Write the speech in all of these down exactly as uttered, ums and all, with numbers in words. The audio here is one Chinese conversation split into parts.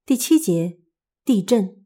第七节，地震。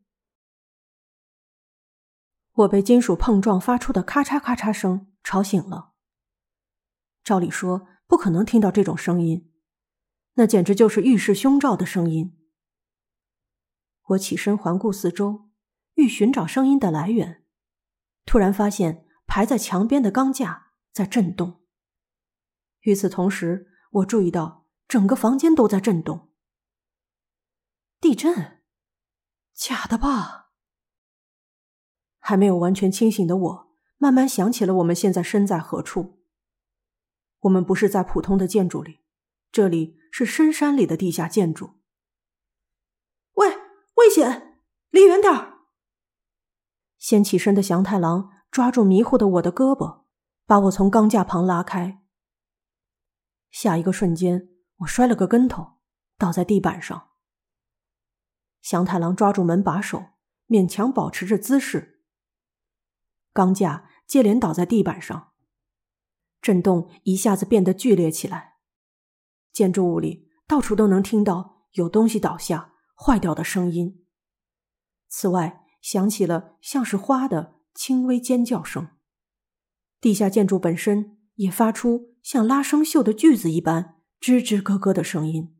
我被金属碰撞发出的咔嚓咔嚓声吵醒了。照理说，不可能听到这种声音，那简直就是预示凶兆的声音。我起身环顾四周，欲寻找声音的来源，突然发现排在墙边的钢架在震动。与此同时，我注意到整个房间都在震动。地震？假的吧？还没有完全清醒的我，慢慢想起了我们现在身在何处。我们不是在普通的建筑里，这里是深山里的地下建筑。喂，危险！离远点儿！先起身的祥太郎抓住迷糊的我的胳膊，把我从钢架旁拉开。下一个瞬间，我摔了个跟头，倒在地板上。祥太郎抓住门把手，勉强保持着姿势。钢架接连倒在地板上，震动一下子变得剧烈起来。建筑物里到处都能听到有东西倒下、坏掉的声音。此外，响起了像是花的轻微尖叫声。地下建筑本身也发出像拉生锈的锯子一般吱吱咯咯的声音。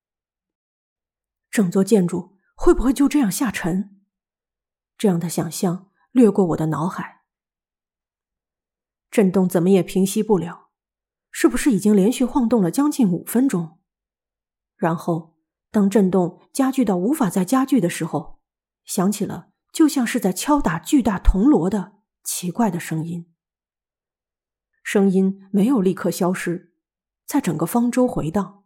整座建筑会不会就这样下沉？这样的想象掠过我的脑海。震动怎么也平息不了，是不是已经连续晃动了将近五分钟？然后，当震动加剧到无法再加剧的时候，响起了就像是在敲打巨大铜锣的奇怪的声音。声音没有立刻消失，在整个方舟回荡。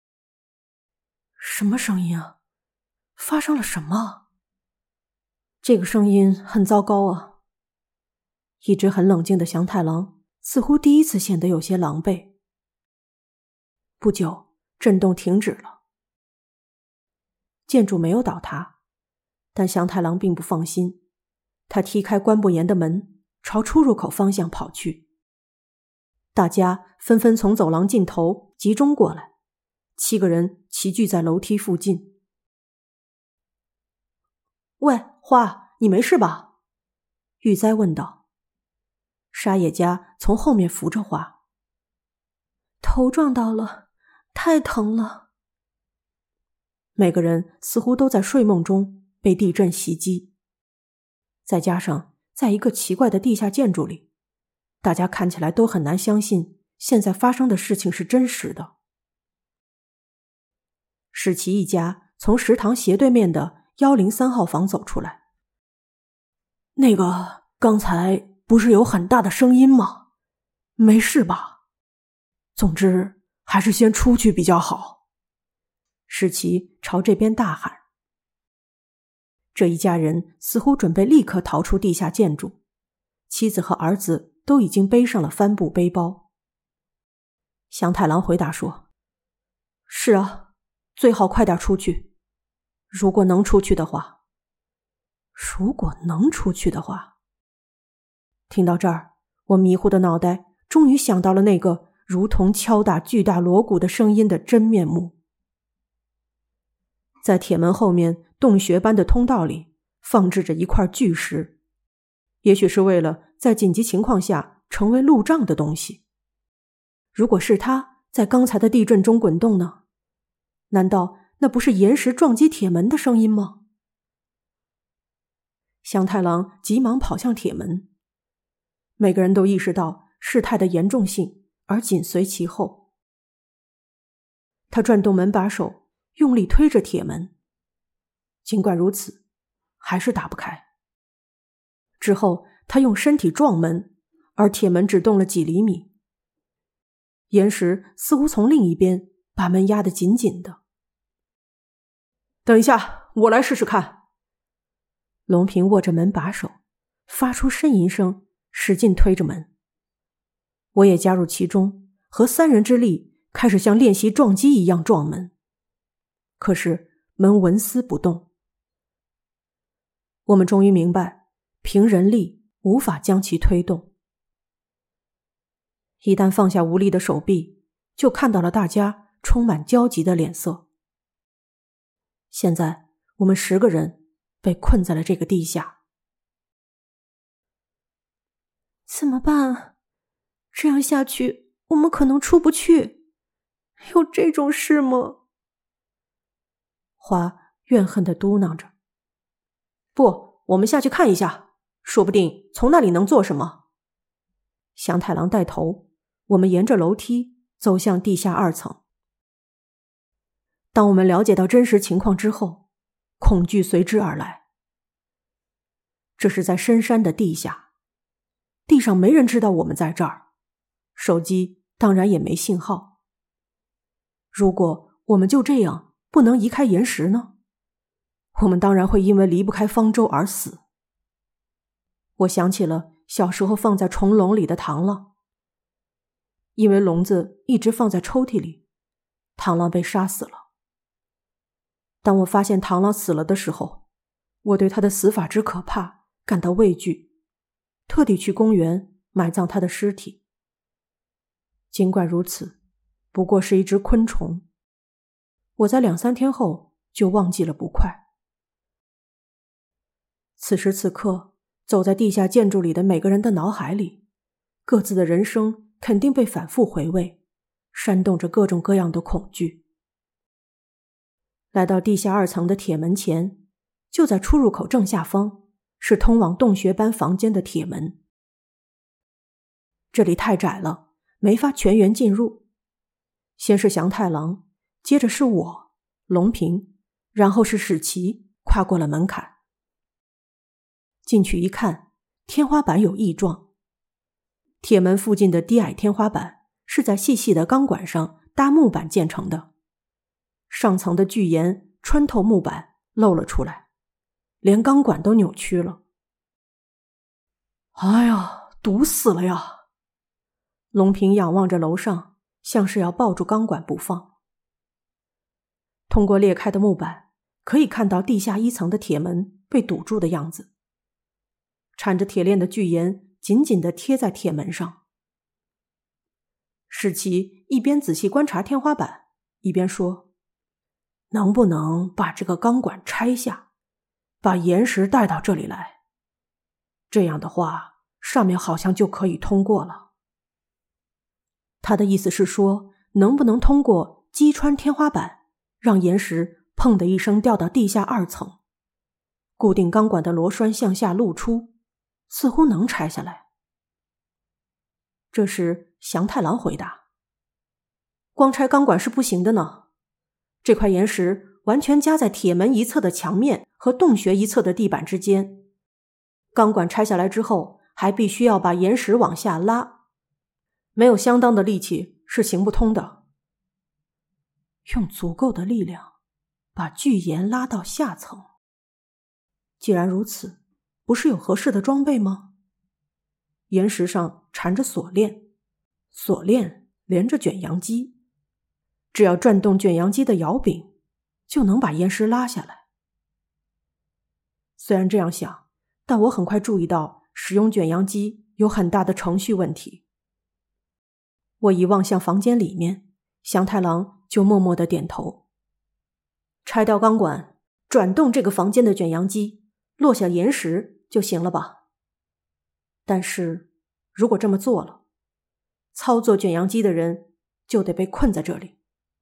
什么声音啊？发生了什么？这个声音很糟糕啊！一直很冷静的祥太郎似乎第一次显得有些狼狈。不久，震动停止了。建筑没有倒塌，但祥太郎并不放心。他踢开关不严的门，朝出入口方向跑去。大家纷纷从走廊尽头集中过来，七个人齐聚在楼梯附近。喂，花，你没事吧？玉哉问道。沙野家从后面扶着花。头撞到了，太疼了。每个人似乎都在睡梦中被地震袭击。再加上在一个奇怪的地下建筑里，大家看起来都很难相信现在发生的事情是真实的。史奇一家从食堂斜对面的一零三号房走出来。那个，刚才不是有很大的声音吗？没事吧？总之，还是先出去比较好。史奇朝这边大喊。这一家人似乎准备立刻逃出地下建筑，妻子和儿子都已经背上了帆布背包。祥太郎回答说：是啊，最好快点出去。如果能出去的话。如果能出去的话。听到这儿，我迷糊的脑袋终于想到了那个如同敲打巨大锣鼓的声音的真面目。在铁门后面洞穴般的通道里放置着一块巨石，也许是为了在紧急情况下成为路障的东西。如果是它在刚才的地震中滚动呢？难道那不是岩石撞击铁门的声音吗？祥太郎急忙跑向铁门，每个人都意识到事态的严重性，而紧随其后。他转动门把手，用力推着铁门，尽管如此，还是打不开。之后，他用身体撞门，而铁门只动了几厘米。岩石似乎从另一边把门压得紧紧的。等一下，我来试试看。龙平握着门把手，发出呻吟声，使劲推着门。我也加入其中，和三人之力开始像练习撞击一样撞门。可是门纹丝不动。我们终于明白，凭人力无法将其推动。一旦放下无力的手臂，就看到了大家充满焦急的脸色。现在我们十个人被困在了这个地下。怎么办？这样下去，我们可能出不去。有这种事吗？花怨恨地嘟囔着。不，我们下去看一下，说不定从那里能做什么。祥太郎带头，我们沿着楼梯走向地下二层。当我们了解到真实情况之后，恐惧随之而来。这是在深山的地下，地上没人知道我们在这儿，手机当然也没信号。如果我们就这样不能移开岩石呢？我们当然会因为离不开方舟而死。我想起了小时候放在虫笼里的螳螂，因为笼子一直放在抽屉里，螳螂被杀死了。当我发现螳螂死了的时候，我对它的死法之可怕感到畏惧，特地去公园埋葬它的尸体。尽管如此，不过是一只昆虫，我在两三天后就忘记了不快。此时此刻，走在地下建筑里的每个人的脑海里，各自的人生肯定被反复回味，煽动着各种各样的恐惧。来到地下二层的铁门前，就在出入口正下方，是通往洞穴班房间的铁门。这里太窄了，没法全员进入。先是祥太郎，接着是我，龙平，然后是史奇跨过了门槛。进去一看，天花板有异状。铁门附近的低矮天花板是在细细的钢管上搭木板建成的，上层的巨岩穿透木板露了出来，连钢管都扭曲了。哎呀，堵死了呀！龙平仰望着楼上，像是要抱住钢管不放。通过裂开的木板，可以看到地下一层的铁门被堵住的样子。缠着铁链的巨岩紧紧地贴在铁门上。史奇一边仔细观察天花板，一边说：能不能把这个钢管拆下，把岩石带到这里来？这样的话，上面好像就可以通过了。他的意思是说，能不能通过击穿天花板，让岩石砰的一声掉到地下二层，固定钢管的螺栓向下露出，似乎能拆下来。这时祥太郎回答：光拆钢管是不行的呢，这块岩石完全夹在铁门一侧的墙面和洞穴一侧的地板之间，钢管拆下来之后，还必须要把岩石往下拉，没有相当的力气是行不通的。用足够的力量把巨岩拉到下层。既然如此，不是有合适的装备吗？岩石上缠着锁链，锁链连着卷扬机，只要转动卷扬机的摇柄，就能把岩石拉下来。虽然这样想，但我很快注意到使用卷扬机有很大的程序问题。我一望向房间里面，祥太郎就默默地点头。拆掉钢管，转动这个房间的卷扬机，落下岩石就行了吧？但是如果这么做了，操作卷扬机的人就得被困在这里。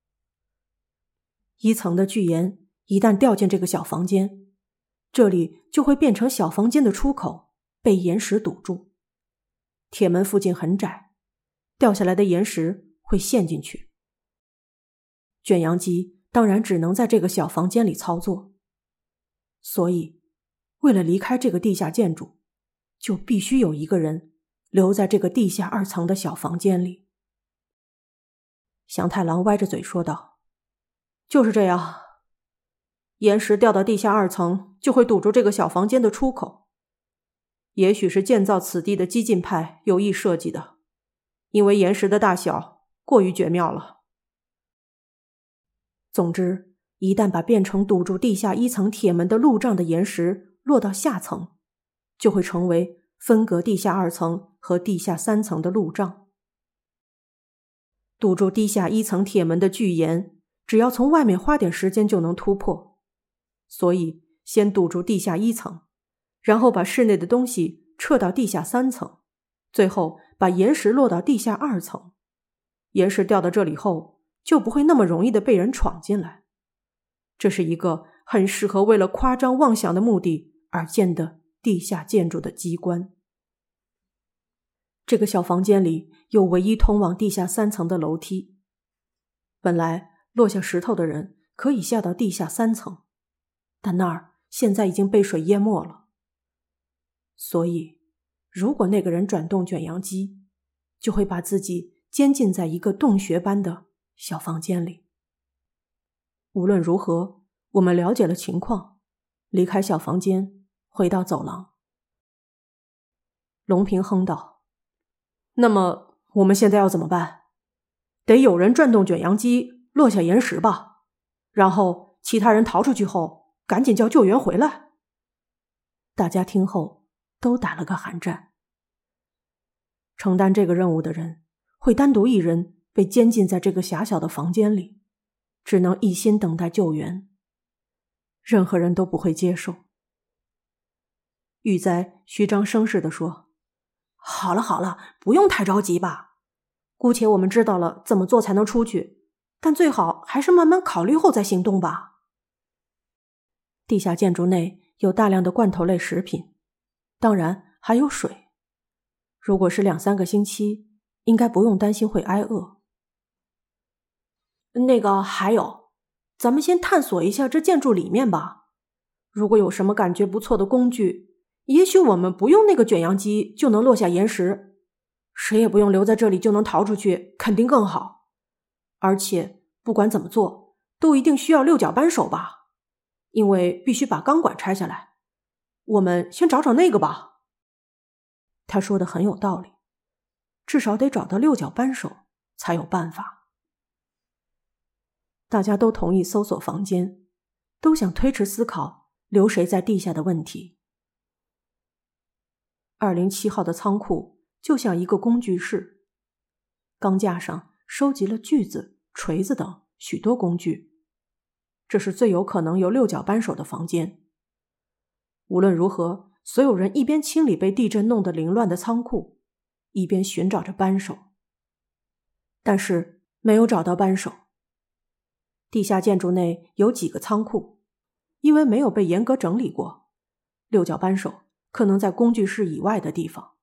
一层的巨岩一旦掉进这个小房间，这里就会变成小房间的出口，被岩石堵住。铁门附近很窄，掉下来的岩石会陷进去。卷扬机当然只能在这个小房间里操作，所以为了离开这个地下建筑，就必须有一个人留在这个地下二层的小房间里。祥太郎歪着嘴说道：就是这样，岩石掉到地下二层就会堵住这个小房间的出口。也许是建造此地的激进派有意设计的，因为岩石的大小过于绝妙了。总之，一旦把变成堵住地下一层铁门的路障的岩石落到下层，就会成为分隔地下二层和地下三层的路障。堵住地下一层铁门的巨岩，只要从外面花点时间就能突破， 所以先堵住地下一层，然后把室内的东西撤到地下三层，最后把岩石落到地下二层。岩石掉到这里后，就不会那么容易的被人闯进来。这是一个很适合为了夸张妄想的目的而建的地下建筑的机关。这个小房间里有唯一通往地下三层的楼梯。本来落下石头的人可以下到地下三层，但那儿现在已经被水淹没了。所以，如果那个人转动卷扬机，就会把自己监禁在一个洞穴般的小房间里。无论如何，我们了解了情况，离开小房间，回到走廊。龙平哼道：“那么我们现在要怎么办？得有人转动卷扬机落下岩石吧，然后其他人逃出去后，赶紧叫救援回来。”大家听后都打了个寒战。承担这个任务的人会单独一人被监禁在这个狭小的房间里，只能一心等待救援，任何人都不会接受。玉哉虚张声势地说：“好了好了，不用太着急吧。姑且我们知道了怎么做才能出去，但最好还是慢慢考虑后再行动吧。”地下建筑内有大量的罐头类食品，当然还有水。如果是两三个星期，应该不用担心会挨饿。那个还有，咱们先探索一下这建筑里面吧。如果有什么感觉不错的工具，也许我们不用那个卷扬机就能落下岩石，谁也不用留在这里就能逃出去，肯定更好。而且不管怎么做，都一定需要六角扳手吧，因为必须把钢管拆下来。我们先找找那个吧。他说的很有道理，至少得找到六角扳手才有办法。大家都同意搜索房间，都想推迟思考留谁在地下的问题。二零七号的仓库就像一个工具室，钢架上收集了锯子、锤子等许多工具，这是最有可能有六角扳手的房间。无论如何，所有人一边清理被地震弄得凌乱的仓库，一边寻找着扳手。但是没有找到扳手。地下建筑内有几个仓库，因为没有被严格整理过，六角扳手可能在工具室以外的地方。